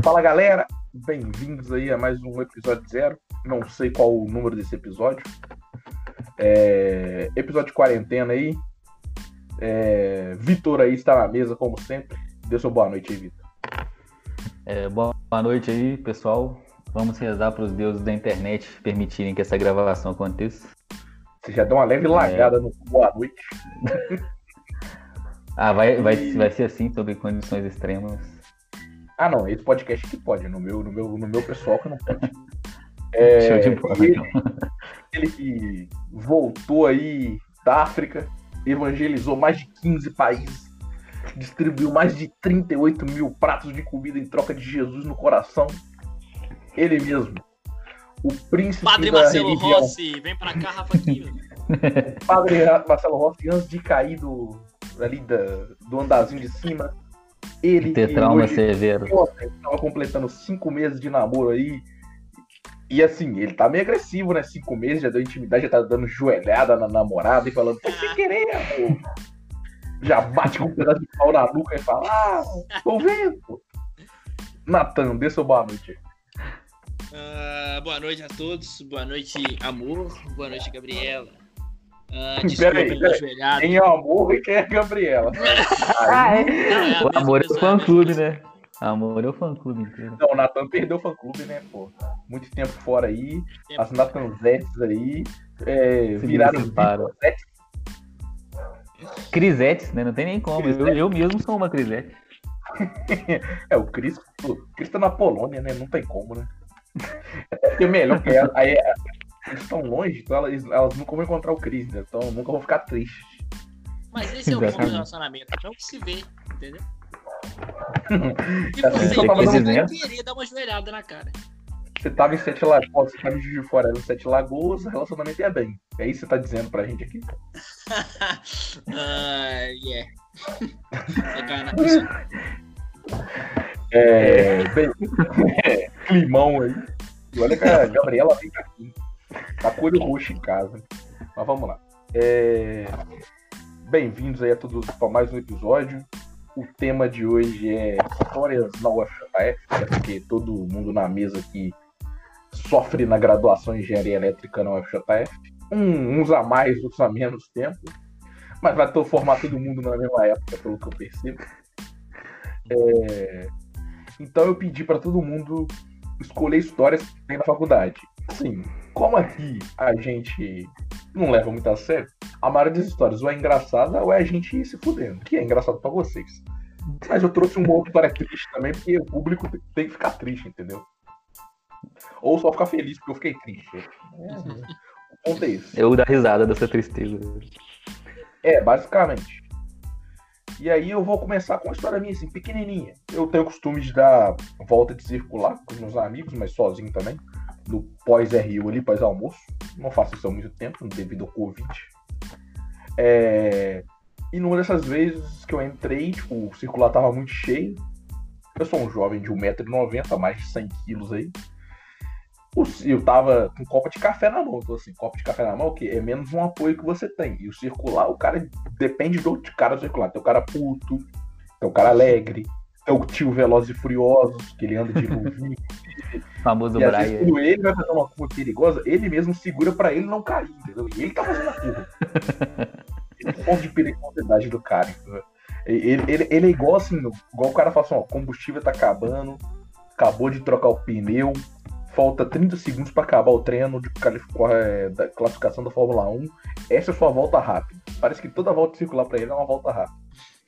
Fala galera, bem-vindos aí a mais um episódio zero. Não sei qual o número desse episódio. Episódio de quarentena aí. Vitor aí está na mesa como sempre. Dê sua boa noite aí, Vitor. Boa noite aí, pessoal. Vamos rezar para os deuses da internet permitirem que essa gravação aconteça. Você já deu uma leve lagada no boa noite. Vai ser assim, sob condições extremas. Ah, não, esse podcast que pode, no meu pessoal que não pode. Show de bola, então. Ele que voltou aí da África, evangelizou mais de 15 países, distribuiu mais de 38 mil pratos de comida em troca de Jesus no coração. Ele mesmo, o príncipe Padre da Marcelo religião. Rossi, vem pra cá, Rafaquinho. Padre Marcelo Rossi, antes de cair do andarzinho de cima, ele Ter trauma severo. Estava completando 5 meses de namoro aí. E assim, ele tá meio agressivo, né? 5 meses, já deu intimidade, já tá dando joelhada na namorada e falando, tô sem querer, amor. Já bate com um pedaço de pau na nuca e fala, tô vendo. Natan, dê sua boa noite. Boa noite a todos, boa noite, amor, boa noite, Gabriela. Peraí, quem é o amor e quem é a Gabriela? O amor é o fã-clube, né? Amor é o fã-clube inteiro. Não, o Natan perdeu o fã-clube, né, pô? Muito tempo fora aí, as Natanzetes aí viraram Crisetes, né? Não tem nem como. Eu mesmo sou uma Crisete. O Cris tá na Polônia, né? Não tem como, né? É melhor que ela. Aí, eles estão longe, então elas nunca vão encontrar o Cris, né? Então nunca vão ficar tristes. Mas esse é o bom do relacionamento, não que se vê, entendeu? E você vai querer dar uma joelhada na cara. Você tava em Sete Lagoas, você tava em Juiz de Fora, em Sete Lagoas, o relacionamento ia bem. É isso que você tá dizendo pra gente aqui? Climão aí. E olha que a Gabriela vem aqui. Tá com o olho roxo em casa. Mas vamos lá. Bem-vindos aí a todos para mais um episódio. O tema de hoje é histórias na UFJF, porque todo mundo na mesa aqui sofre na graduação em Engenharia Elétrica na UFJF. Uns a mais, outros a menos tempo. Mas vai formar todo mundo na mesma época, pelo que eu percebo. Então eu pedi para todo mundo escolher histórias que tem na faculdade. Sim, como aqui a gente não leva muito a sério, a maioria das histórias ou é engraçada ou é a gente se fudendo, que é engraçado pra vocês. Mas eu trouxe uma outra história triste também, porque o público tem que ficar triste, entendeu? Ou só ficar feliz porque eu fiquei triste. O ponto é isso. Eu dar risada dessa tristeza. Basicamente. E aí eu vou começar com uma história minha, assim, pequenininha. Eu tenho o costume de dar volta de circular com os meus amigos, mas sozinho também. No pós-RU ali, pós-almoço. Não faço isso há muito tempo, devido ao Covid. E numa dessas vezes que eu entrei, o circular tava muito cheio. Eu sou um jovem de 1,90m, mais de 100 quilos aí. Eu tava com um copo de café na mão. Então, assim, copo de café na mão, que é menos um apoio que você tem. E o circular, o cara depende do cara circular. Tem o cara puto, tem o cara alegre, tem o tio Velozes e Furiosos, que ele anda de luvinha. Famoso Brian. Brian. Quando ele vai fazer uma curva perigosa, ele mesmo segura pra ele não cair, entendeu? E ele tá fazendo a curva. Esse ponto de perigosidade do cara, entendeu? Ele é igual assim, igual o cara fala assim, ó, combustível tá acabando, acabou de trocar o pneu, falta 30 segundos pra acabar o treino da classificação da Fórmula 1, essa é a sua volta rápida. Parece que toda volta circular pra ele é uma volta rápida.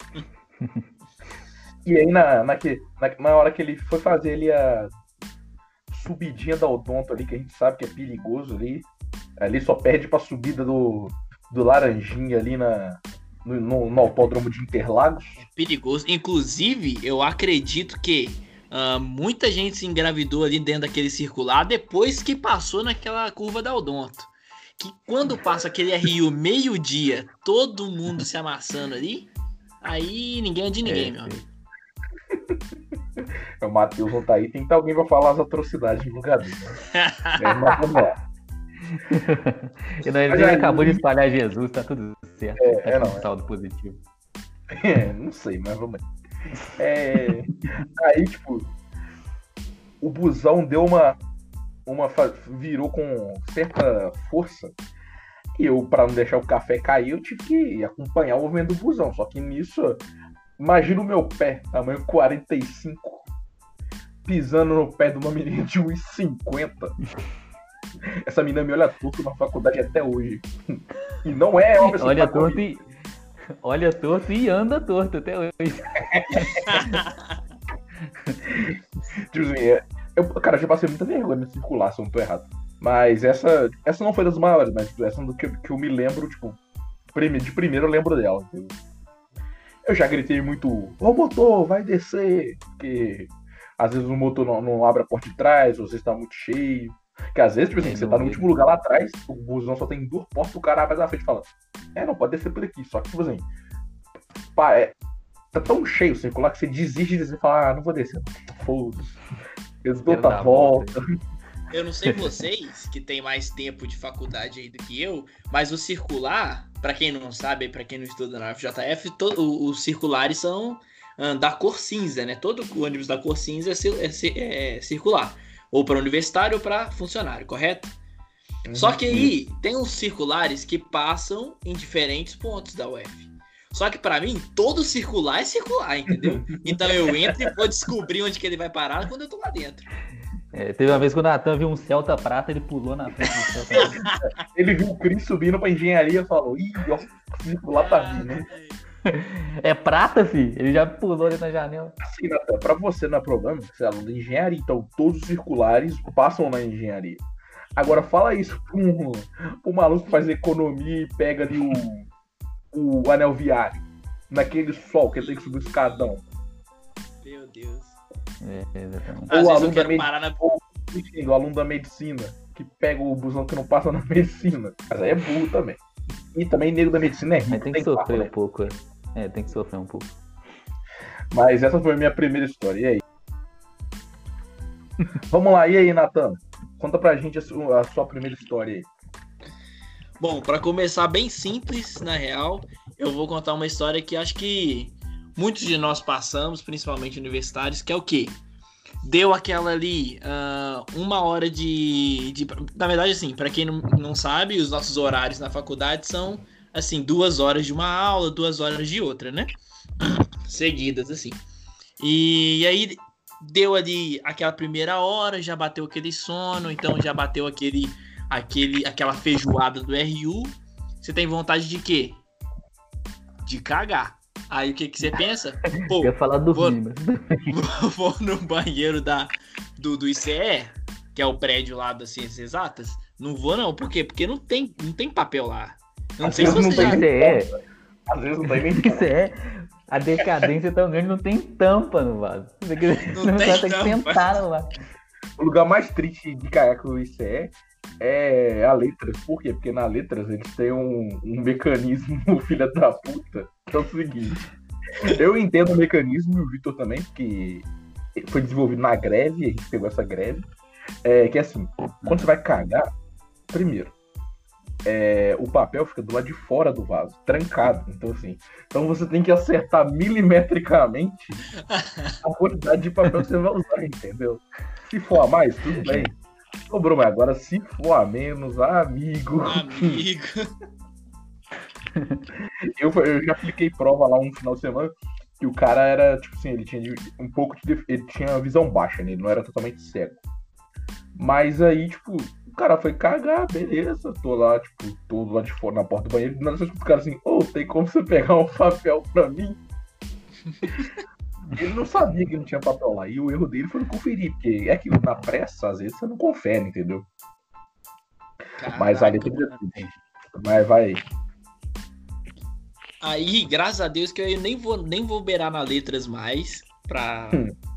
E aí na hora que ele foi fazer ali a subidinha da Odonto ali, que a gente sabe que é perigoso ali só perde pra subida do Laranjinha ali no autódromo de Interlagos. Perigoso. Inclusive, eu acredito que muita gente se engravidou ali dentro daquele circular depois que passou naquela curva da Odonto. Que quando passa aquele RU meio-dia, todo mundo se amassando ali, aí ninguém é de ninguém, meu amigo. O Matheus não tá aí, tem que ter alguém pra falar as atrocidades no lugar dele. Mas vamos lá. E nós acabou de espalhar Jesus, tá tudo certo. Tá com saldo positivo. Não sei, mas vamos aí. Aí, o busão deu virou com certa força. E eu, pra não deixar o café cair, eu tive que acompanhar o movimento do busão. Só que nisso, imagina o meu pé, tamanho 45, pisando no pé de uma menina de 1,50. Essa menina me olha torto na faculdade até hoje. E não é uma pessoa olha torto e anda torto até hoje. Tipo assim, cara, eu já passei muita vergonha me circular, se eu não tô errado. Mas essa não foi das maiores, mas essa do que eu me lembro, tipo, de primeiro eu lembro dela. Entendeu? Eu já gritei muito, ô motor, vai descer, porque às vezes o motor não abre a porta de trás, ou às vezes tá muito cheio. Porque às vezes, tipo assim, você tá no último lugar lá atrás, o busão só tem 2 portas, o cara abre na frente e fala, não pode descer por aqui. Só que, tipo assim, tá tão cheio o circular que você desiste de descer e fala, não vou descer. Foda-se. Eles dão outra volta. Eu não sei vocês, que tem mais tempo de faculdade aí do que eu, mas o circular, pra quem não sabe, pra quem não estuda na FJF, os circulares são da cor cinza, né? Todo o ônibus da cor cinza é circular. Ou para universitário ou para funcionário, correto? Só que aí tem uns circulares que passam em diferentes pontos da UF. Só que pra mim, todo circular é circular, entendeu? Então eu entro e vou descobrir onde que ele vai parar quando eu tô lá dentro. Teve uma vez que o Natan viu um Celta prata, ele pulou na frente do Celta prata. Ele viu o Cris subindo pra engenharia e falou, ih, ó, o circular tá vindo, hein? É prata, filho? Ele já pulou ali na janela. Assim, Natan, pra você não é problema, você é aluno de engenharia, então todos os circulares passam na engenharia. Agora fala isso pro maluco que faz economia e pega ali o anel viário, naquele sol que ele tem que subir o escadão. Meu Deus. Exatamente. Ou o aluno da medicina, que pega o busão que não passa na medicina. Mas aí é burro também. E também nego da medicina é rico. Mas tem que sofrer um pouco. Tem que sofrer um pouco. Mas essa foi a minha primeira história. E aí? Vamos lá, e aí, Natan? Conta pra gente a sua primeira história aí. Bom, pra começar bem simples, na real, eu vou contar uma história que acho que muitos de nós passamos, principalmente universitários, que é o quê? Deu aquela ali, 1 hora de... Na verdade, assim, pra quem não sabe, os nossos horários na faculdade são, assim, 2 horas de uma aula, 2 horas de outra, né? Seguidas, assim. E aí deu ali aquela primeira hora, já bateu aquele sono, então já bateu aquela feijoada do RU. Você tem vontade de quê? De cagar. Aí o que você pensa? Pô, eu ia falar do Rimas. Vou no banheiro do ICE, que é o prédio lá das Ciências Exatas. Não vou não, por quê? Porque não tem papel lá. Não sei se você já... Às vezes não tem nem ICE, a decadência tão grande, não tem tampa no vaso. Você não tem que sentar no vaso. O lugar mais triste de cagar com o ICE é a letras. Por quê? Porque na letras eles têm um mecanismo, filha da puta. É o seguinte, eu entendo o mecanismo, e o Vitor também, porque foi desenvolvido na greve, a gente pegou essa greve, que é assim, quando você vai cagar, primeiro, o papel fica do lado de fora do vaso, trancado, então você tem que acertar milimetricamente a quantidade de papel que você vai usar, entendeu? Se for a mais, tudo bem. Sobrou, mas agora se for a menos, amigo. Eu já apliquei prova lá um final de semana que o cara era, tipo assim, ele tinha ele tinha visão baixa, né? Ele não era totalmente cego. Mas aí, tipo, o cara foi cagar, beleza, tô lá, tipo, todo lá de fora na porta do banheiro, e nada, os caras assim, tem como você pegar um papel pra mim? Ele não sabia que não tinha papel lá, e o erro dele foi não conferir, porque é aquilo, na pressa, às vezes você não confere, entendeu? Caraca, mas ali tem que... Mas vai. Aí, graças a Deus que eu nem vou beirar na letras mais pra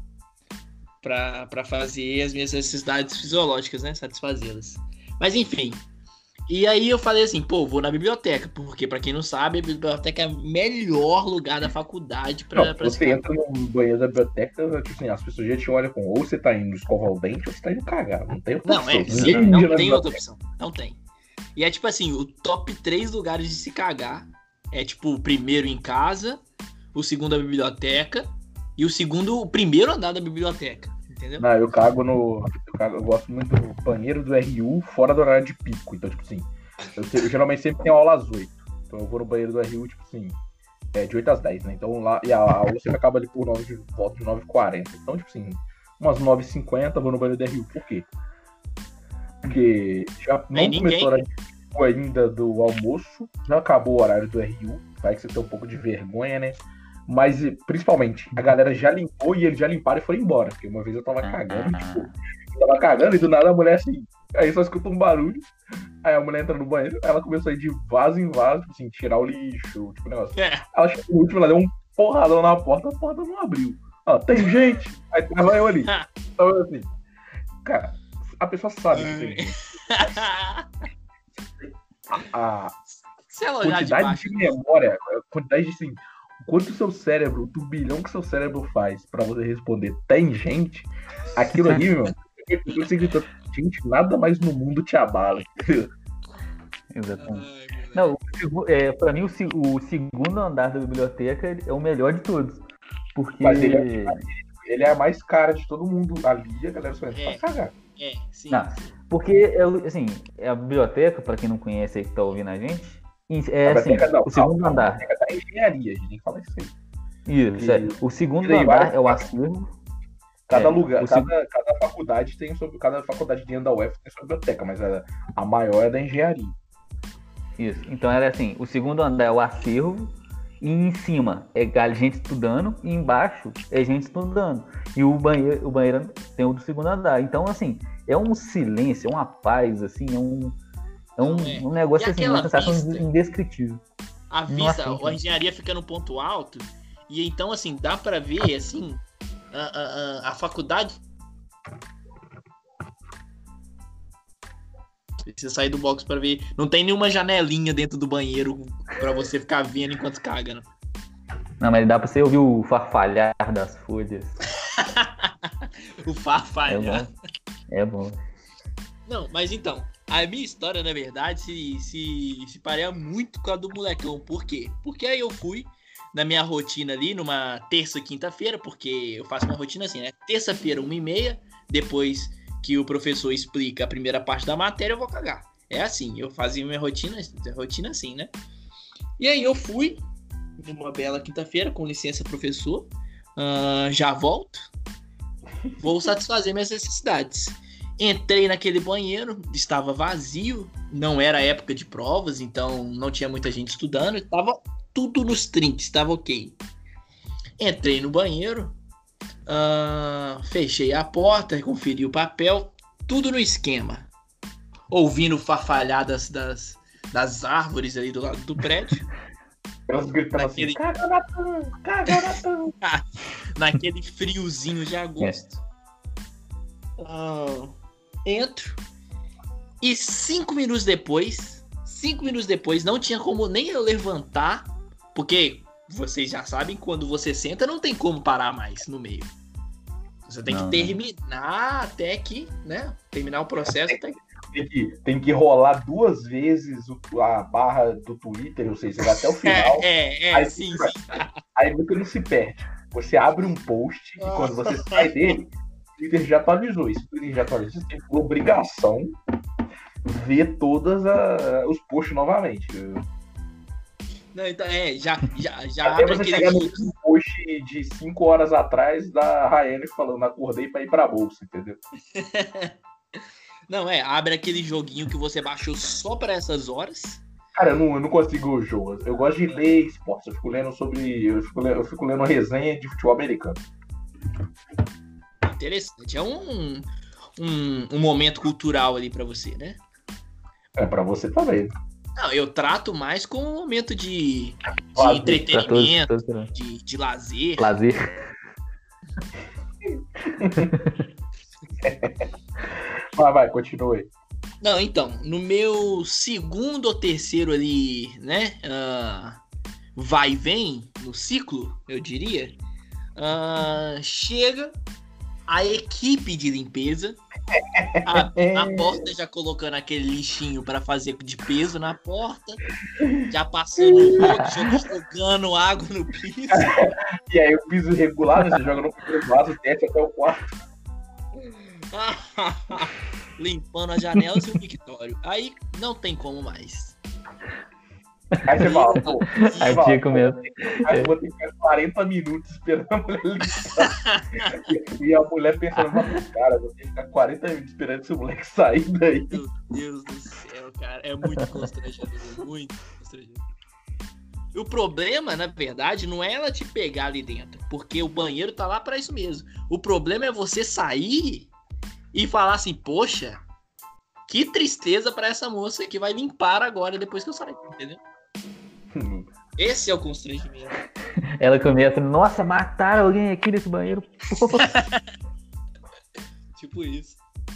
fazer as minhas necessidades fisiológicas, né? Satisfazê-las. Mas enfim. E aí eu falei assim, vou na biblioteca, porque pra quem não sabe, a biblioteca é o melhor lugar da faculdade pra você entra no banheiro da biblioteca, tipo assim, as pessoas já te olham com, ou você tá indo escovar o dente, ou você tá indo cagar. Não tem outra opção. Não tem outra opção. Não tem. E é tipo assim, o top 3 lugares de se cagar é tipo o primeiro em casa, o segundo a biblioteca e o primeiro andar da biblioteca. entendeu? Não, eu gosto muito do banheiro do RU fora do horário de pico. Então, tipo assim, eu geralmente sempre tenho aula às 8. Então eu vou no banheiro do RU, tipo assim, de 8 às 10, né? Então lá, e a aula sempre acaba ali por volta de 9h40. Então, tipo assim, umas 9h50 eu vou no banheiro do RU. Por quê? Porque já não começou a hora de pico ainda do almoço, já acabou o horário do RU, vai que você tem um pouco de vergonha, né? Mas, principalmente, a galera já limpou e eles já limparam e foram embora. Porque uma vez eu tava cagando, e do nada a mulher assim, aí só escuta um barulho, aí a mulher entra no banheiro, ela começou a ir de vaso em vaso, tipo assim, tirar o lixo, tipo negócio. Ela chegou no último, ela deu um porradão na porta, a porta não abriu. Ó, tem gente! Aí tava eu ali. Então, assim, cara, a pessoa sabe que tem gente. A quantidade de memória, a quantidade de, assim, quanto o seu cérebro, o turbilhão que o seu cérebro faz pra você responder tem gente, aquilo ali, meu, eu sei que gente, nada mais no mundo te abala. Exatamente. Não, pra mim o segundo andar da biblioteca é o melhor de todos. Porque mas ele é a mais cara de todo mundo ali, a galera só entra pra cagar. Sim. Não, porque, assim, a biblioteca, pra quem não conhece aí que tá ouvindo a gente, assim, o segundo andar. A biblioteca da engenharia, a gente tem que falar isso aí. Isso, o segundo andar é o acervo. Cada lugar, cada faculdade tem cada faculdade dentro da UF tem sua biblioteca, mas a maior é da engenharia. Isso, então era assim, o segundo andar é o acervo, e em cima é gente estudando, e embaixo é gente estudando. E o banheiro tem o do segundo andar. Então, assim, é um silêncio, é uma paz, assim, é um negócio assim, uma sensação indescritível. A vista, a engenharia fica no ponto alto, e então, assim, dá pra ver, assim, a faculdade. Precisa sair do box pra ver. Não tem nenhuma janelinha dentro do banheiro pra você ficar vendo enquanto caga, não. Não, mas dá pra você ouvir o farfalhar das folhas. O farfalhar. É bom. Não, mas então, a minha história, na verdade, se pareia muito com a do molecão. Por quê? Porque aí eu fui na minha rotina ali, numa terça, quinta-feira, porque eu faço uma rotina assim, né? Terça-feira, 1h30, depois que o professor explica a primeira parte da matéria, eu vou cagar. É assim, eu fazia minha rotina assim, né? E aí eu fui, numa bela quinta-feira, com licença, professor, já volto, vou satisfazer minhas necessidades. Entrei naquele banheiro, estava vazio, não era época de provas, então não tinha muita gente estudando, estava tudo nos trinques, estava ok. Entrei no banheiro, fechei a porta, conferi o papel, tudo no esquema. Ouvindo farfalhar das árvores ali do lado do prédio. Elas gritando assim, caga Natan! Naquele friozinho de agosto. Entro. E 5 minutos depois, não tinha como nem eu levantar, porque vocês já sabem, quando você senta, não tem como parar mais no meio. Você tem que terminar até que, né? Terminar o processo até que... Tem que rolar 2 vezes a barra do Twitter, ou seja, até o final. Aí, sim. Aí você não se perde. Você abre um post e quando você sai dele, o Twitter já atualizou. Isso, o Twitter já atualizou. Você tem por obrigação ver todos os posts novamente. Não, então, já até você chegar no post de 5 horas atrás da Rayane falando, acordei pra ir pra bolsa, entendeu? Não, abre aquele joguinho que você baixou só pra essas horas. Cara, eu não consigo jogo. Eu gosto de ler esportes. Eu fico lendo resenha de futebol americano. Interessante. É um momento cultural ali pra você, né? Pra você também. Não, eu trato mais como um momento de entretenimento, de lazer. Vai, continue. Não, então, no meu segundo ou terceiro ali, né, vai e vem, no ciclo, eu diria, chega a equipe de limpeza, a porta já colocando aquele lixinho para fazer de peso na porta, já passando jogando água no piso. E aí o piso irregular, você joga no primeiro vaso, desce até o quarto. Limpando as janelas e o mictório. Aí não tem como mais. Aí você fala, pô, Aí fala, tinha que mesmo. aí eu vou ter que ficar 40 minutos esperando a mulher limpar. E a mulher pensando, mas, cara, eu vou ter que ficar 40 minutos esperando esse moleque sair daí. Meu Deus do céu, cara. É muito constrangedor. Muito constrangedor. E o problema, na verdade, não é ela te pegar ali dentro. Porque o banheiro tá lá pra isso mesmo. O problema é você sair e falar assim, poxa, que tristeza pra essa moça que vai limpar agora depois que eu sair, entendeu? Esse é o constrangimento. Ela começa, nossa, mataram alguém aqui nesse banheiro. Tipo isso.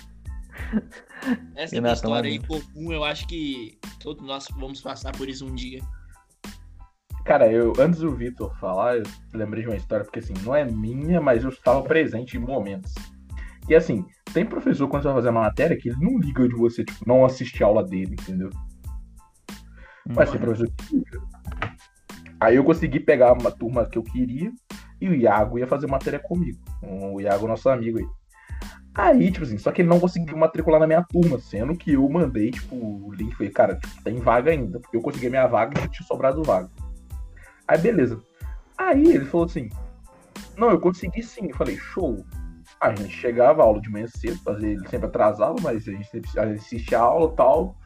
Essa E é na uma história aí toma- comum, eu acho que todos nós vamos passar por isso um dia. Cara, antes do Vitor falar, eu lembrei de uma história, porque assim, não é minha, mas eu estava presente em momentos. E assim, tem professor quando você vai fazer uma matéria que ele não liga de você, tipo, não assistir a aula dele, entendeu? Mas tem professor que liga. Aí eu consegui pegar uma turma que eu queria e o Iago ia fazer matéria comigo. O Iago, nosso amigo aí. Aí, tipo assim, só que ele não conseguiu matricular na minha turma, sendo que eu mandei, tipo, o link e falei, cara, tipo, tem vaga ainda, porque eu consegui a minha vaga e tinha sobrado vaga. Aí, beleza. Aí ele falou assim, não, eu consegui sim. Eu falei, show. A gente chegava a aula de manhã cedo, ele sempre atrasava, mas a gente sempre assistia a aula e tal.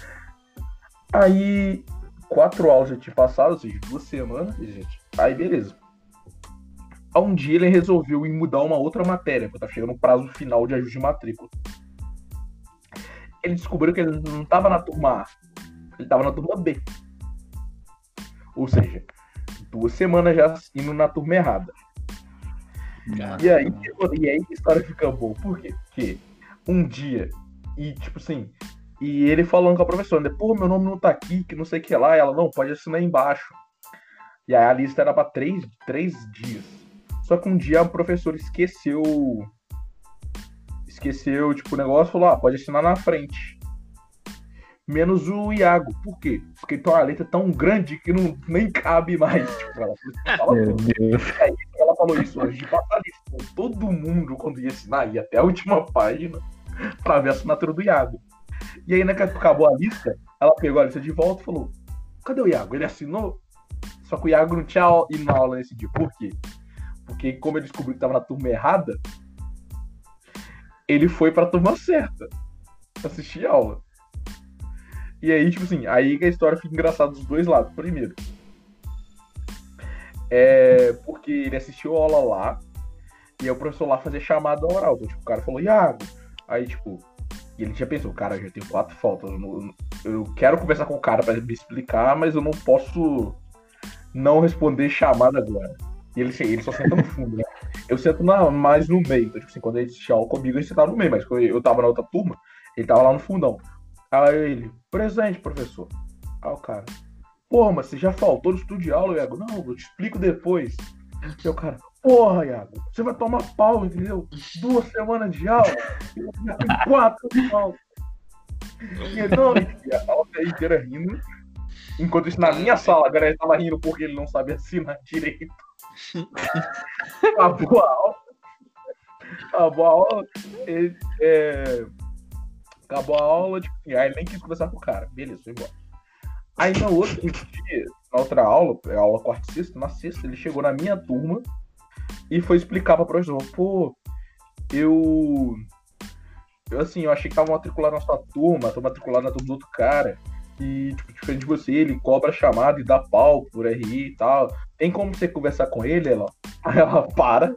Aí, 4 aulas já tinha passado, ou seja, 2 semanas, gente. Aí, beleza. Aí um dia ele resolveu ir mudar uma outra matéria, porque tá chegando o prazo final de ajuste de matrícula. Ele descobriu que ele não tava na turma A, ele tava na turma B. Ou seja, 2 semanas já indo na turma errada. E aí a história fica boa. Por quê? Porque um dia, e tipo assim, e ele falando com a professora, né? Pô, meu nome não tá aqui, que não sei o que lá. E ela, não, pode assinar embaixo. E aí a lista era pra 3 dias. Só que um dia a professora esqueceu, tipo, o negócio, falou, pode assinar na frente. Menos o Iago. Por quê? Porque tem uma letra tão grande que nem cabe mais. Tipo, Meu Deus. Aí ela falou isso antes de passar a lista. Todo mundo, quando ia assinar, ia até a última página pra ver a assinatura do Iago. E aí, né, que acabou a lista, ela pegou a lista de volta e falou, cadê o Iago? Ele assinou? Só que o Iago não tinha ido na aula nesse dia. Por quê? Porque como ele descobriu que tava na turma errada, ele foi pra turma certa. Assistir a aula. E aí, tipo assim, aí que a história fica engraçada dos dois lados. Primeiro, porque ele assistiu a aula lá, e aí o professor lá fazia chamada oral. Então, tipo, o cara falou, Iago. Aí, tipo, ele já pensou, cara, eu já tenho 4 faltas. Eu quero conversar com o cara pra me explicar, mas eu não posso não responder chamada agora. E ele só senta no fundo, né? Eu sento mais no meio. Então, tipo assim, quando ele assistia aula comigo, ele sentava no meio, mas quando eu tava na outra turma, ele tava lá no fundão. Aí ele, presente, professor. Aí o cara, porra, mas você já faltou no estudo de aula, Iago? Não, eu te explico depois. E o cara, porra, Iago, você vai tomar pau, entendeu? 2 semanas de aula, eu já tenho 4 de aula. E ele, não, a aula inteira rindo. Enquanto isso, na minha sala, a galera tava rindo porque ele não sabia assinar direito. Acabou a aula. Acabou a aula, tipo, aí ele nem quis conversar com o cara. Beleza, foi embora. Aí no outro dia, na outra aula, a aula quarta e sexta, na sexta, ele chegou na minha turma e foi explicar pra professora, pô, eu achei que tava matriculado na sua turma, tô matriculado na turma do outro cara. E, tipo, diferente de você, ele cobra a chamada e dá pau por RI e tal. Tem como você conversar com ele, ela? Aí ela para.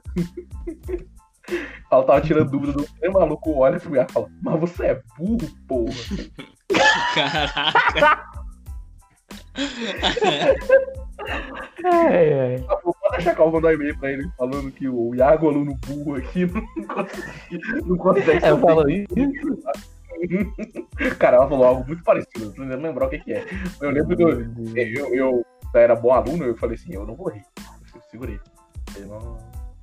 Ela tava tirando dúvida do que maluco, olha pro Iago e fala, mas você é burro, porra. Caraca. Pode deixar que eu vou mandar um e-mail pra ele falando que o Iago, aluno burro aqui, não consegue. Eu falo isso. Cara, ela falou algo muito parecido, não tô tentando lembrar o que é. Eu lembro que eu era bom aluno, eu falei assim, eu não vou rir. Eu segurei. Eu não...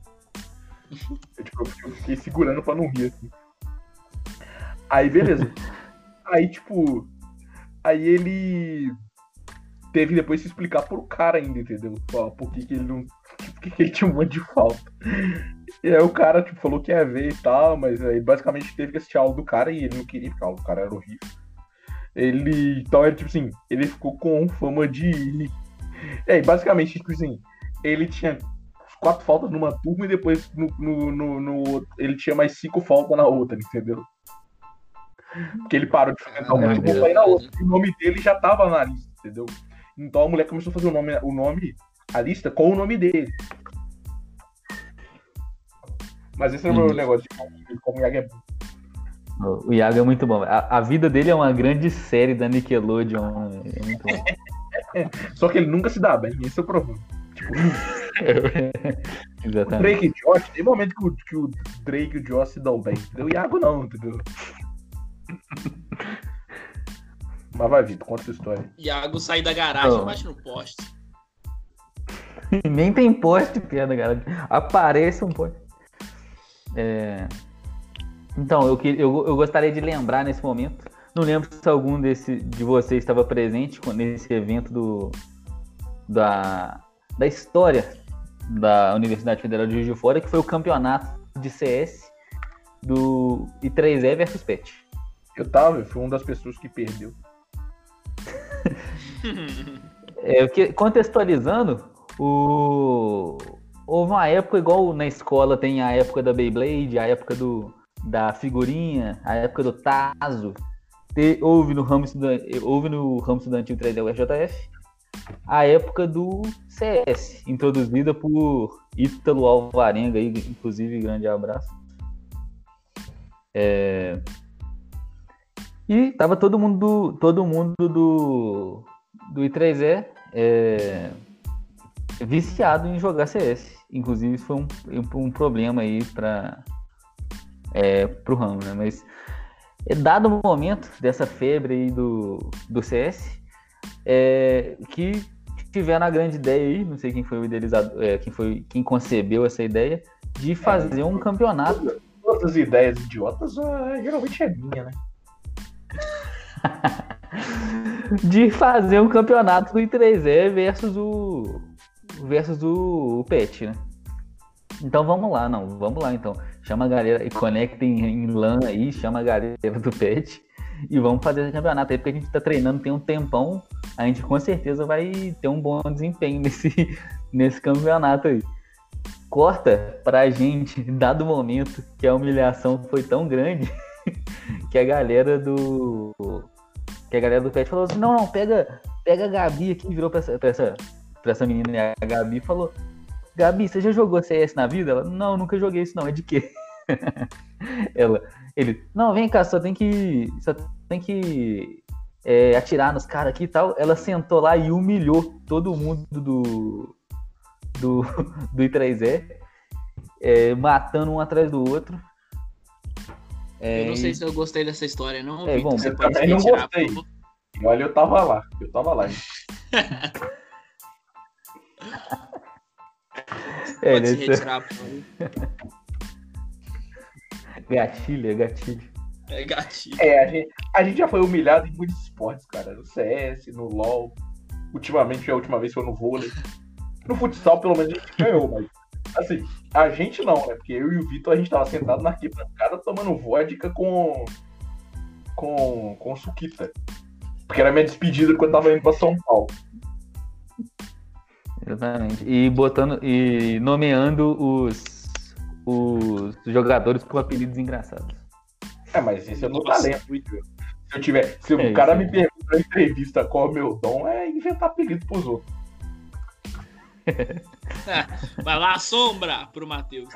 eu fiquei segurando pra não rir, assim. Aí, beleza. Aí, tipo... Aí ele... teve depois se explicar pro cara ainda, entendeu? Por que ele não... porque ele tinha um monte de falta. E aí o cara, tipo, falou que ia ver e tal, mas aí basicamente teve que assistir a aula do cara e ele não queria, porque a aula do cara era horrível. Então, ele, tipo assim, ele ficou com fama de... basicamente, tipo assim, ele tinha 4 faltas numa turma e depois ele tinha mais 5 faltas na outra, entendeu? Porque ele parou de frequentar uma turma pra ir na outra. E o nome dele já tava na lista, entendeu? Então a mulher começou a fazer a lista com o nome dele. Mas esse é o meu negócio de como o Iago é bom. O Iago é muito bom. A vida dele é uma grande série da Nickelodeon. É muito bom. Só que ele nunca se dá bem, esse é o problema. Tipo, exatamente. O Drake e o Josh, tem momento que o Drake e o Josh se dão bem, entendeu? O Iago não, entendeu? Mas vai, Vitor, conta essa história. Iago sai da garagem e bate no poste. Nem tem poste perto da garagem. Aparece um poste. Então, eu gostaria de lembrar nesse momento. Não lembro se algum de vocês estava presente nesse evento da história da Universidade Federal de Juiz de Fora, que foi o campeonato de CS do I3E versus PET. Eu fui uma das pessoas que perdeu. Contextualizando, houve uma época, igual na escola tem a época da Beyblade, a época da figurinha, a época do Tazo. Houve no ramo estudantil 3D UFJF a época do CS, introduzida por Ítalo Alvarenga, aí, inclusive, grande abraço. E tava todo mundo do I3E viciado em jogar CS. Inclusive, isso foi um problema aí pro ramo, né? Mas dado o momento dessa febre aí do CS, que tiveram a grande ideia aí, não sei quem foi o idealizador, quem concebeu essa ideia, de fazer um campeonato. Todas as ideias idiotas geralmente é minha, né? De fazer um campeonato do I3E versus o PET, né? Então vamos lá, então. Chama a galera e conectem em LAN aí, chama a galera do PET e vamos fazer esse campeonato aí, porque a gente tá treinando tem um tempão, a gente com certeza vai ter um bom desempenho nesse campeonato aí. Corta pra gente, dado o momento que a humilhação foi tão grande, que a galera do PET falou assim, não, pega a Gabi aqui, virou pra essa menina, e a Gabi falou, Gabi, você já jogou CS na vida? Ela, não, nunca joguei isso não, é de quê? Ele, não, vem cá, só tem que atirar nos caras aqui e tal. Ela sentou lá e humilhou todo mundo do I3E, matando um atrás do outro. Eu não sei se eu gostei dessa história, não. Bom, você eu também não gostei. Olha, eu tava lá. Pode se retirar, por favor. Gatilho. É gatilho. A gente já foi humilhado em muitos esportes, cara. No CS, no LoL. Ultimamente, a última vez foi no vôlei. No futsal, pelo menos, a gente ganhou, mas... Assim, a gente não, né? Porque eu e o Vitor, a gente tava sentado na arquibancada tomando vodka com suquita. Porque era minha despedida quando eu tava indo pra São Paulo. Exatamente. E nomeando os jogadores com apelidos engraçados. Mas esse é o meu talento. Se o cara me pergunta na entrevista qual é o meu dom, é inventar apelido pros outros. Vai lá, Sombra, pro Matheus.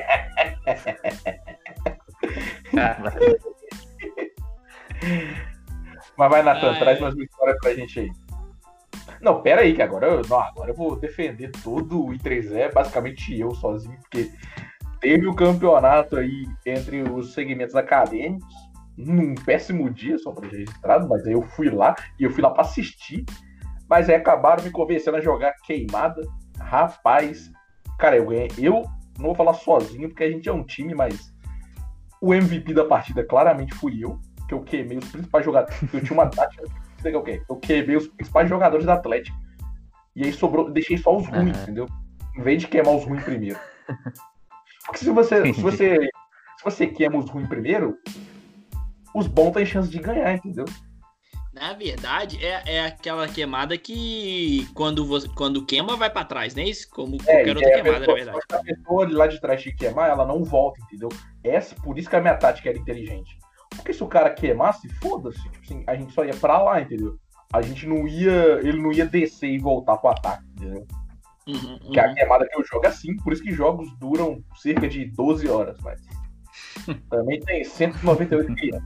Mas vai, Nathan, traz mais uma história pra gente aí. Não, pera aí, que agora eu vou defender todo o I3E, basicamente eu sozinho, porque teve o campeonato aí entre os segmentos acadêmicos, num péssimo dia, só pra registrado, mas aí eu fui lá pra assistir, mas aí acabaram me convencendo a jogar queimada. Rapaz, cara, eu ganhei. Eu não vou falar sozinho, porque a gente é um time, mas o MVP da partida claramente fui eu, que eu queimei os principais jogadores. Eu tinha uma tática, eu queimei os principais jogadores da Atlético. E aí deixei só os ruins, entendeu? Em vez de queimar os ruins primeiro. Porque se você queima os ruins primeiro, os bons têm chance de ganhar, entendeu? Na verdade, é aquela queimada que quando queima vai pra trás, não é isso? Como qualquer outra queimada, na verdade. Se a pessoa lá de trás te queimar, ela não volta, entendeu? Por isso que a minha tática era inteligente. Porque se o cara queimasse, foda-se. Tipo assim, a gente só ia pra lá, entendeu? Ele não ia descer e voltar pro ataque, entendeu? Porque a queimada que eu jogo é assim, por isso que jogos duram cerca de 12 horas, mas também tem 198 crianças.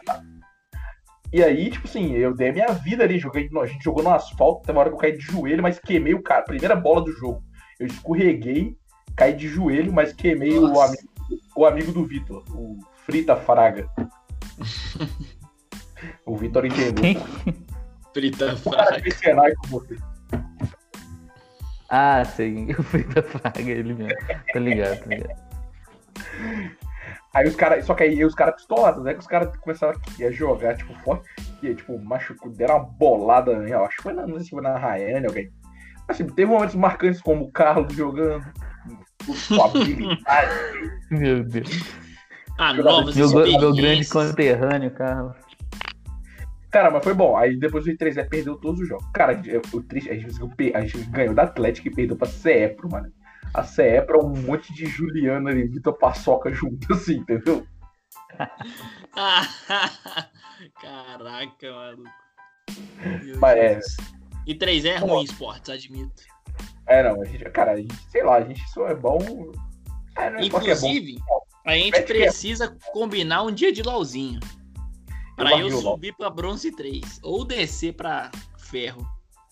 E aí, tipo assim, eu dei a minha vida ali, a gente jogou no asfalto, tem uma hora que eu caí de joelho, mas queimei o cara, primeira bola do jogo. Eu escorreguei, caí de joelho, mas queimei o amigo do Vitor, o Frita Fraga. O Vitor entendeu. Frita O cara fez cenário com você. Ah, sei. O Frita Fraga, ele mesmo. Tá ligado. Aí os caras, só que aí os caras pistolados, né? Que os caras começaram a jogar, tipo, forte, e tipo, machucou, deram uma bolada, eu acho que foi não sei se foi na Rayane, alguém. Assim, teve momentos marcantes como o Carlos jogando, sua habilidade. Meu Deus. Novas Meu grande conterrâneo, Carlos. Cara, mas foi bom. Aí depois o 3E perdeu todos os jogos. Cara, o triste, a gente ganhou da Atlético e perdeu pra CEPRO, mano. A CEPRO é um monte de Juliana e Vitor Paçoca junto, assim, entendeu? Caraca, maluco. Mas E 3 é ruim em esportes, admito. Não, a gente, sei lá, a gente só é bom. Inclusive, a gente precisa combinar um dia de LOLzinho. Pra eu subir pra bronze 3. Ou descer pra ferro.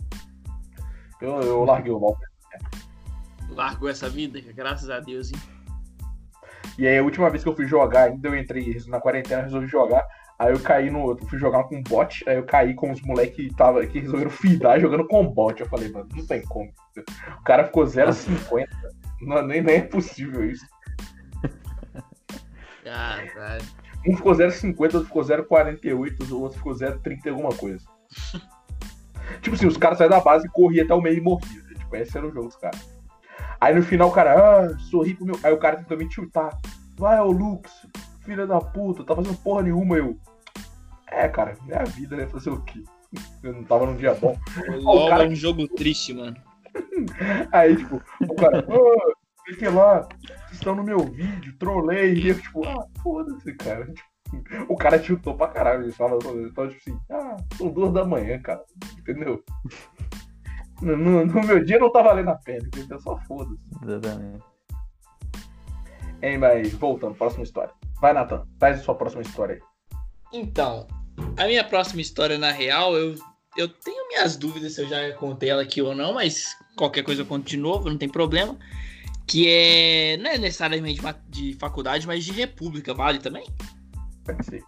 Eu larguei o LOL. Largou essa vida, graças a Deus, hein? E aí a última vez que eu fui jogar, ainda eu entrei na quarentena, resolvi jogar. Aí eu caí fui jogar com bot, aí eu caí com os moleques que resolveram fidar jogando com bot. Eu falei, mano, não tem como. O cara ficou 0,50. Nem é possível isso. Caralho. Um ficou 0,50, outro ficou 0,48, o outro ficou 0,30 alguma coisa. Tipo assim, os caras saíram da base e corriam até o meio e morriam. Tipo, esse era o jogo dos caras. Aí no final o cara, sorri pro meu. Aí o cara tentou me tiltar. Vai, ô Lux, filha da puta, tá fazendo porra nenhuma, eu. Cara, é a vida, né? Fazer o quê? Eu não tava num dia bom. O cara... é um jogo triste, mano. Aí, tipo, o cara, sei lá, vocês estão no meu vídeo, trolei. E eu, tipo, foda-se, cara. Tipo, o cara tiltou pra caralho. Ele fala, tipo assim, são 2 da manhã, cara. Entendeu? No meu dia não tá valendo a pena, entendeu? Só foda-se. Exatamente. Mas voltando, próxima história. Vai, Nathan, traz a sua próxima história aí. Então, a minha próxima história, na real, eu tenho minhas dúvidas se eu já contei ela aqui ou não, mas qualquer coisa eu conto de novo, não tem problema. Que não é necessariamente de faculdade, mas de república, vale também? Pode ser.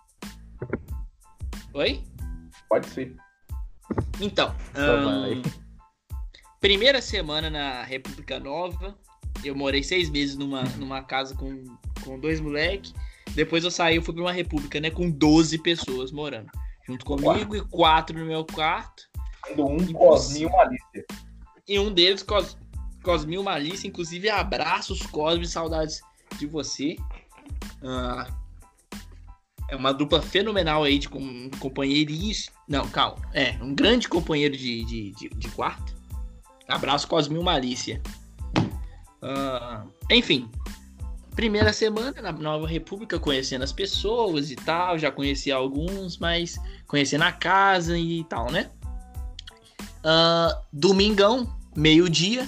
Oi? Pode ser. Então, primeira semana na República Nova, eu morei 6 meses numa casa com 2 moleques. Depois eu saí, eu fui pra uma república, né, com 12 pessoas morando. Junto comigo e 4 no meu quarto. Cosminho Malícia. E um deles, Cosminho Malícia, inclusive abraços, Cosme, saudades de você. É uma dupla fenomenal aí de companheirismo. Não, calma. Um grande companheiro de quarto. Abraço, Cosminho Malícia. Enfim. Primeira semana na Nova República, conhecendo as pessoas e tal. Já conheci alguns, mas conhecendo a casa e tal, né? Domingão, meio-dia.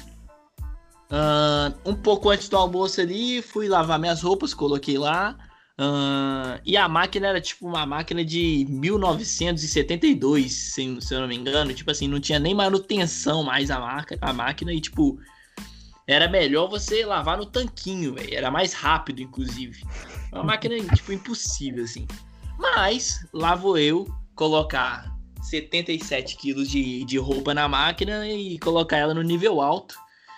Um pouco antes do almoço ali, fui lavar minhas roupas, coloquei lá. E a máquina era tipo uma máquina de 1972, se eu não me engano. Tipo assim, não tinha nem manutenção mais a máquina. E tipo, era melhor você lavar no tanquinho, velho. Era mais rápido, inclusive. Uma máquina, tipo, impossível, assim. Mas, lá vou eu colocar 77 quilos de roupa na máquina e colocar ela no nível alto.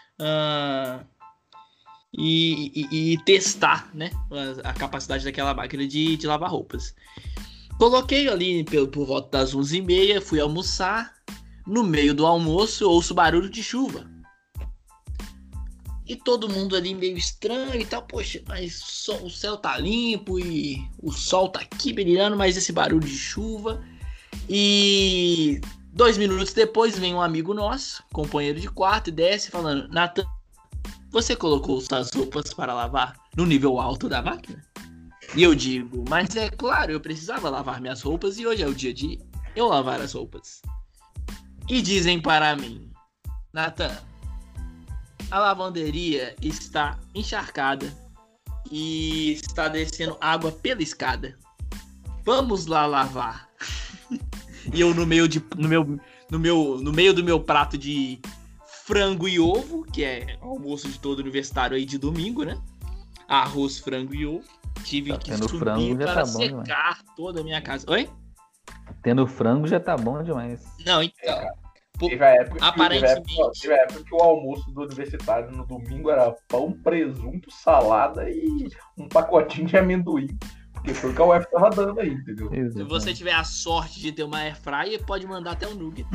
E testar, né, a capacidade daquela máquina de lavar roupas. Coloquei ali por volta das 11h30, fui almoçar. No meio do almoço, ouço barulho de chuva. E todo mundo ali meio estranho e tal. Poxa, mas o céu tá limpo e o sol tá aqui brilhando, mas esse barulho de chuva. E 2 minutos depois vem um amigo nosso, companheiro de quarto, e desce falando: Nathan, você colocou suas roupas para lavar no nível alto da máquina? E eu digo: mas é claro, eu precisava lavar minhas roupas e hoje é o dia de eu lavar as roupas. E dizem para mim: Nathan, a lavanderia está encharcada e está descendo água pela escada. Vamos lá lavar. E eu no meio do meu prato de frango e ovo, que é almoço de todo universitário aí de domingo, né? Arroz, frango e ovo. Tive que subir para secar toda a minha casa. Oi? Tendo frango já tá bom demais. Não, então. Teve a época que o almoço do universitário no domingo era pão, presunto, salada e um pacotinho de amendoim. Porque foi o que a UF tava dando aí, entendeu? Se você tiver a sorte de ter uma airfryer, pode mandar até um nugget.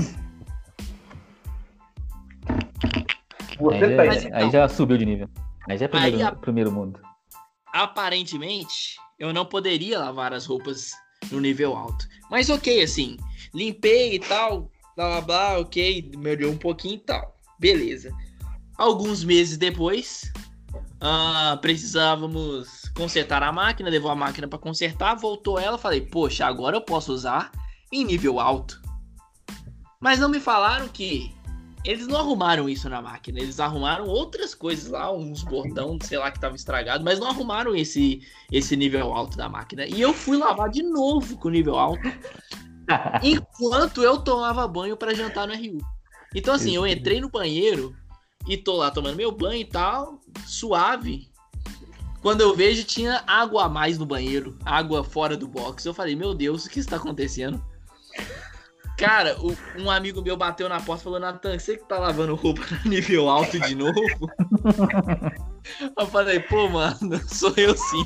Aí já subiu de nível. Aí já é primeiro mundo. Aparentemente, eu não poderia lavar as roupas no nível alto. Mas ok, assim, limpei e tal, blá blá blá, ok, melhorou um pouquinho e tal. Beleza. Alguns meses depois, precisávamos consertar a máquina, levou a máquina para consertar, voltou ela, falei, poxa, agora eu posso usar em nível alto. Mas não me falaram que eles não arrumaram isso na máquina, eles arrumaram outras coisas lá, uns botões, sei lá, que estavam estragados, mas não arrumaram esse nível alto da máquina. E eu fui lavar de novo com o nível alto, enquanto eu tomava banho para jantar no RU. Então assim, eu entrei no banheiro e tô lá tomando meu banho e tal, suave. Quando eu vejo, tinha água a mais no banheiro, água fora do box. Eu falei, meu Deus, o que está acontecendo? Cara, um amigo meu bateu na porta e falou, Nathan, você que tá lavando roupa no nível alto de novo? Eu falei, pô, mano, sou eu sim.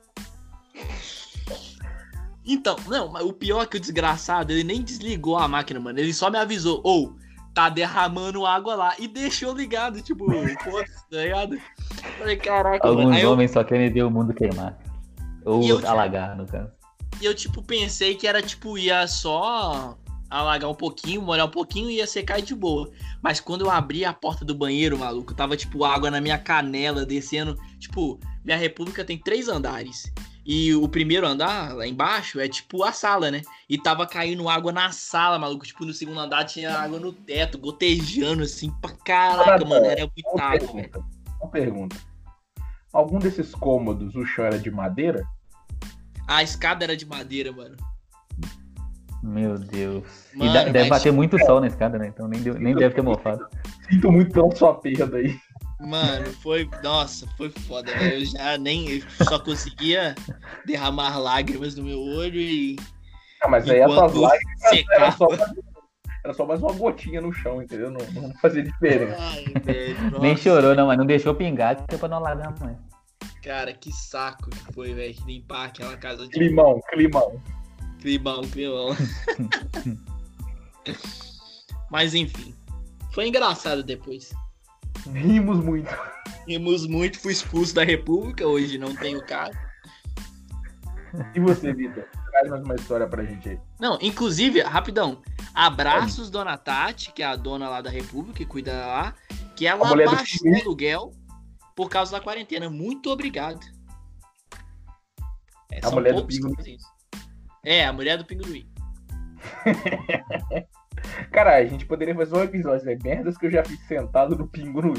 Então, não, mas o pior é que o desgraçado, ele nem desligou a máquina, mano. Ele só me avisou, tá derramando água lá. E deixou ligado, tipo, foda-se, tá ligado? Falei, caraca, alguns mano. homens só querem ver o mundo queimar. Ou alagar, no caso. E eu, tipo, pensei que era, tipo, ia só alagar um pouquinho, molhar um pouquinho e ia secar de boa. Mas quando eu abri a porta do banheiro, maluco, tava, tipo, água na minha canela, descendo. Tipo, minha república tem 3 andares. E o primeiro andar, lá embaixo, é tipo a sala, né? E tava caindo água na sala, maluco. Tipo, no segundo andar tinha água no teto, gotejando, assim, pra caraca, mano. Era muita água, velho. Uma pergunta. Algum desses cômodos, o chão era de madeira? A escada era de madeira, mano. Meu Deus. Mano, e deve bater muito sol na escada, né? Então nem deve ter mofado. Sinto muito pela sua perda aí. Mano, nossa, foi foda, velho. Eu já só conseguia derramar lágrimas no meu olho e... mas aí essas lágrimas era só mais uma gotinha no chão, entendeu? Não fazia diferença. Ai, velho, nem chorou, não, mas não deixou pingar, que é pra não alagar mais. Cara, que saco que foi, velho, limpar aquela casa de... Climão. Mas enfim, foi engraçado depois. Rimos muito, fui expulso da República, hoje não tenho casa. E você, Vitor? Traz mais uma história pra gente aí. Não, inclusive, rapidão, abraços Dona Tati, que é a dona lá da República, que cuida lá, que ela baixou o aluguel por causa da quarentena. Muito obrigado. A mulher do Pingo. A mulher do Pinguim. Cara, a gente poderia fazer um episódio, né? Merdas que eu já fiz sentado no Pingo no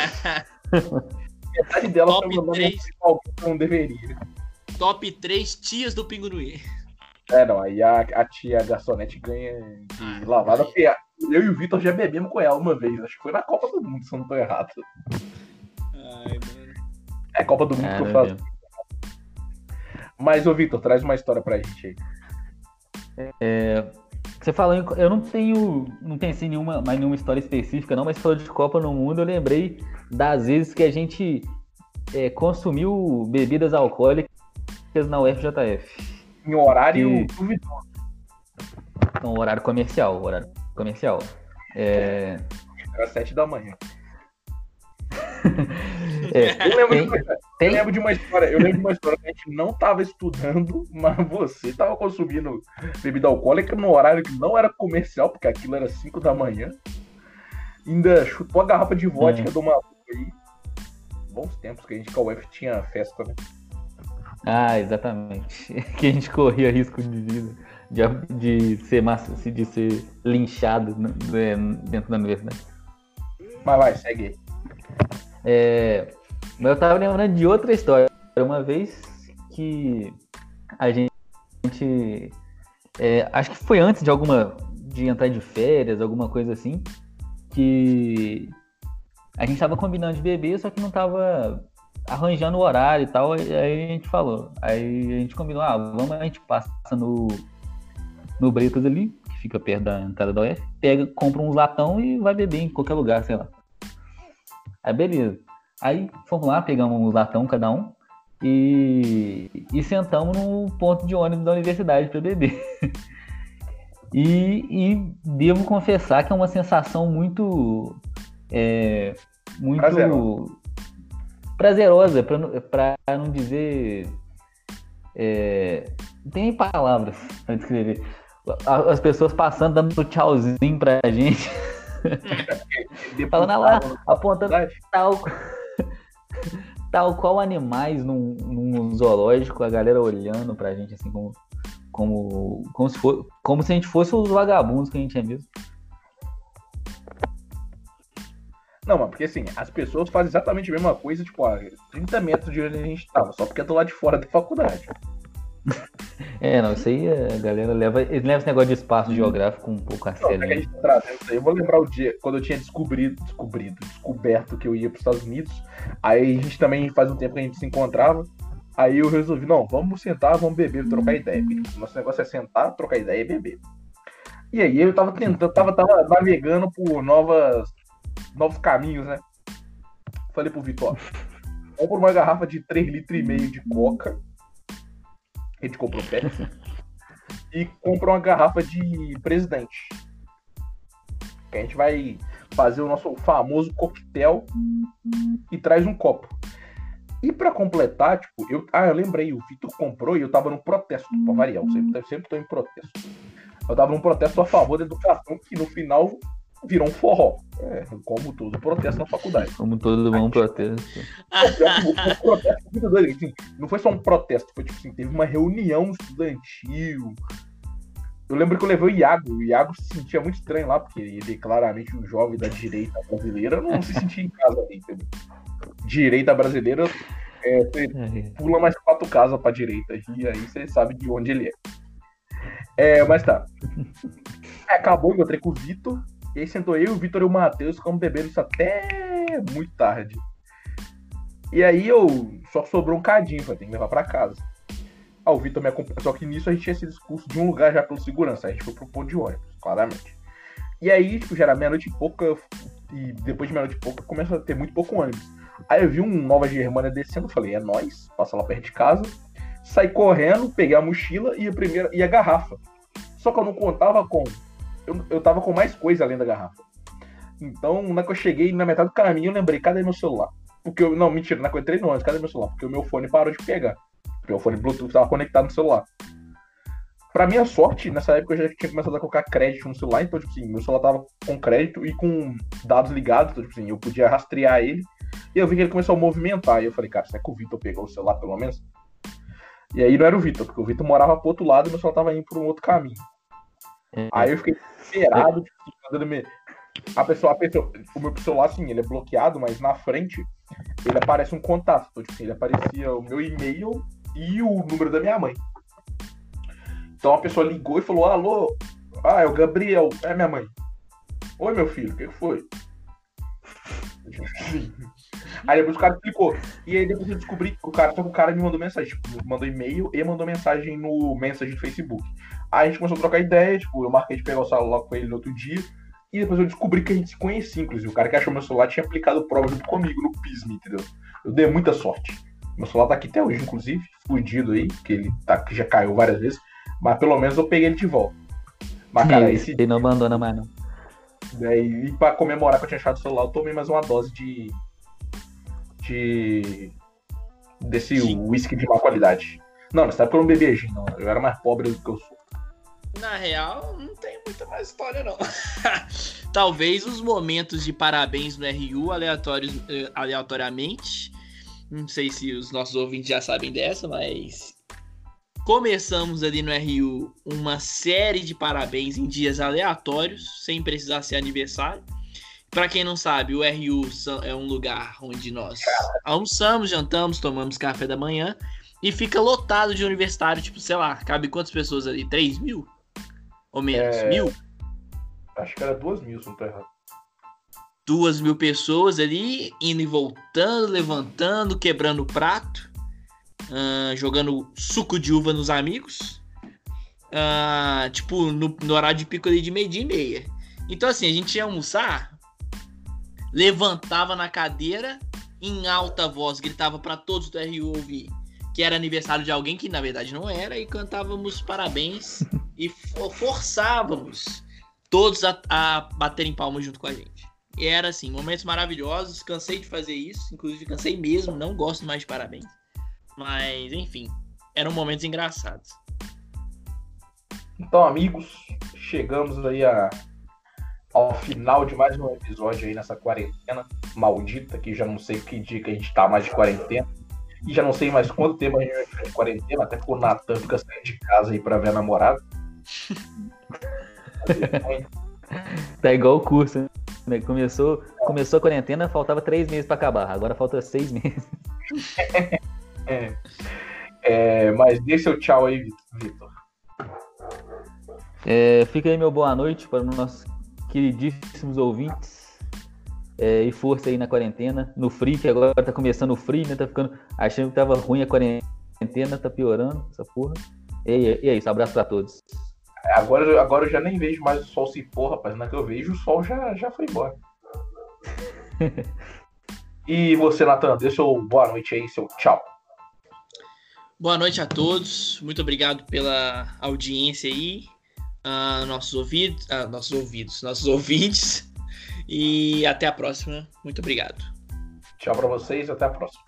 metade dela Top 3 não deveria. Top 3 tias do Pinguim. Não, aí a tia garçonete ganha de lavada, porque eu e o Vitor já bebemos com ela uma vez, acho que foi na Copa do Mundo, se eu não tô errado. Ai, mano. É a Copa do Mundo que eu faço. Mas, ô Vitor, traz uma história pra gente aí. Você falou, eu não pensei em mais nenhuma história específica não, mas falou de Copa no Mundo, eu lembrei das vezes que a gente consumiu bebidas alcoólicas na UFJF. Em horário duvidoso. Então, horário comercial. Era 7 da manhã. É, Eu lembro, tem, eu tem, lembro de uma história, eu lembro de uma história que a gente não tava estudando, mas você tava consumindo bebida alcoólica no horário que não era comercial, porque aquilo era 5 da manhã. Ainda chutou a garrafa de vodka do maluco aí. Bons tempos que a gente com a UF tinha festa, né? exatamente. Que a gente corria risco de vida, de ser de ser linchado dentro da universidade. Mas vai, segue aí. Mas eu tava lembrando de outra história. Uma vez que a gente acho que foi antes de entrar de férias, alguma coisa assim, que a gente tava combinando de beber, só que não tava arranjando o horário e tal. Aí a gente falou, aí a gente combinou, a gente passa no Bretas ali, que fica perto da entrada da UF, compra uns latão e vai beber em qualquer lugar, sei lá. Aí beleza. Aí fomos lá, pegamos um latão cada um e sentamos no ponto de ônibus da universidade para beber. E devo confessar que é uma sensação muito prazerosa, para não dizer, não tem nem palavras para descrever. As pessoas passando, dando tchauzinho pra gente. Falando lá, apontando tal qual animais num zoológico, a galera olhando pra gente assim como se a gente fosse os vagabundos que a gente é mesmo. Não, mas porque assim, as pessoas fazem exatamente a mesma coisa, tipo, a 30 metros de onde a gente tava, só porque é do lado de fora da faculdade. Não, isso aí a galera leva esse negócio de espaço geográfico um pouco a sério. A gente tá trazendo isso aí. Eu vou lembrar o dia quando eu tinha descoberto que eu ia pros Estados Unidos. Aí a gente também faz um tempo que a gente se encontrava. Aí eu resolvi, não, vamos sentar, vamos beber, trocar ideia. Porque, tipo, nosso negócio é sentar, trocar ideia e beber. E aí eu tava tentando, tava navegando por novos caminhos, né? Falei pro Vitor, compra uma garrafa de 3,5 litros de coca. A gente comprou Pepsi. E comprou uma garrafa de Presidente. Que a gente vai fazer o nosso famoso coquetel e traz um copo. E pra completar, tipo, eu lembrei, o Vitor comprou e eu tava num protesto, pra variar, eu sempre tô em protesto. Eu tava num protesto a favor da educação, que no final virou um forró. Como todo protesto na faculdade. Como todo bom protesto. O protesto foi muito doido, assim, não foi só um protesto, foi tipo assim, teve uma reunião estudantil. Eu lembro que eu levei o Iago se sentia muito estranho lá, porque ele claramente um jovem da direita brasileira não se sentia em casa ali, entendeu? Direita brasileira, você pula mais 4 casas pra direita, e aí você sabe de onde ele é. Mas tá. Acabou, encontrei com o Vitor. E aí sentou eu, o Vitor e o Matheus, ficamos bebendo isso até muito tarde. E aí só sobrou um cadinho, falei, tem que levar pra casa. O Vitor me acompanhou, só que nisso a gente tinha sido expulso de um lugar já pelo segurança, a gente foi pro ponto de ônibus, claramente. E aí, tipo, já era meia-noite e pouca, e depois de meia-noite e pouca começa a ter muito pouco ônibus. Aí eu vi um Nova Germânia descendo, falei, é nóis, passa lá perto de casa. Saí correndo, peguei a mochila e a garrafa. Só que eu não contava com... Eu tava com mais coisa além da garrafa. Então, na que eu cheguei na metade do caminho, eu lembrei, cadê meu celular? Porque não, mentira, na que eu entrei no ônibus, cadê meu celular? Porque o meu fone parou de pegar. Meu fone Bluetooth estava conectado no celular. Pra minha sorte, nessa época eu já tinha começado a colocar crédito no celular, então, tipo assim, meu celular tava com crédito e com dados ligados, então, tipo assim, eu podia rastrear ele, e eu vi que ele começou a movimentar, e eu falei, cara, será que o Vitor pegou o celular pelo menos? E aí não era o Vitor, porque o Vitor morava pro outro lado e meu celular tava indo por um outro caminho. Aí eu fiquei desesperado, tipo, o meu celular, assim, ele é bloqueado, mas na frente ele aparece um contato, então, tipo assim, ele aparecia o meu e-mail e o número da minha mãe. Então a pessoa ligou e falou, alô, é o Gabriel, é minha mãe. Oi, meu filho, o que foi? Aí depois o cara explicou. E aí depois eu descobri que o cara me mandou mensagem, tipo, mandou e-mail e mandou mensagem no Message do Facebook. Aí a gente começou a trocar ideia, tipo, eu marquei de pegar o celular com ele no outro dia. E depois eu descobri que a gente se conhecia, inclusive. O cara que achou meu celular tinha aplicado prova junto comigo no PISM, entendeu? Eu dei muita sorte. Meu celular tá aqui até hoje, inclusive, fudido aí, que ele que já caiu várias vezes. Mas pelo menos eu peguei ele de volta. Mas, cara, ele não abandona mais, não. E pra comemorar que eu tinha achado o celular, eu tomei mais uma dose de desse whisky de má qualidade. Não, nessa época eu não bebia gin, não. Eu era mais pobre do que eu sou. Na real, não tem muita mais história, não. Talvez os momentos de parabéns no RU aleatoriamente. Não sei se os nossos ouvintes já sabem dessa, mas começamos ali no RU uma série de parabéns em dias aleatórios, sem precisar ser aniversário. Pra quem não sabe, o RU é um lugar onde nós almoçamos, jantamos, tomamos café da manhã e fica lotado de universitário, tipo, sei lá, cabe quantas pessoas ali? 3.000? Ou menos? 1.000? Acho que era 2.000, se não tô errado. 2.000 pessoas ali, indo e voltando, levantando, quebrando o prato, jogando suco de uva nos amigos, tipo, no horário de pico ali de 12:30. Então, assim, a gente ia almoçar, levantava na cadeira, em alta voz, gritava para todos do RU ouvir que era aniversário de alguém que na verdade não era, e cantávamos parabéns e forçávamos todos a baterem palmas junto com a gente. E era assim, momentos maravilhosos, cansei de fazer isso, inclusive cansei mesmo, não gosto mais de parabéns. Mas, enfim, eram momentos engraçados. Então, amigos, chegamos aí ao final de mais um episódio aí nessa quarentena maldita, que já não sei que dia que a gente tá mais de quarentena. E já não sei mais quanto tempo a gente vai ficar de quarentena, até porque o Natan fica saindo de casa aí pra ver a namorada. Tá igual o curso, né? Começou a quarentena, faltava 3 meses pra acabar, agora falta 6 meses. Mas dê seu tchau aí, Vitor. Fica aí meu boa noite para os nossos queridíssimos ouvintes. E força aí na quarentena, no frio, que agora tá começando o frio, né? Tá ficando, achando que tava ruim a quarentena, tá piorando essa porra. E é isso, abraço pra todos. Agora eu já nem vejo mais o sol se pôr, rapaz. Na que eu vejo, o sol já foi embora. E você, Natan, dê seu boa noite aí, seu tchau. Boa noite a todos, muito obrigado pela audiência aí, nossos ouvintes. E até a próxima. Muito obrigado. Tchau pra vocês, até a próxima.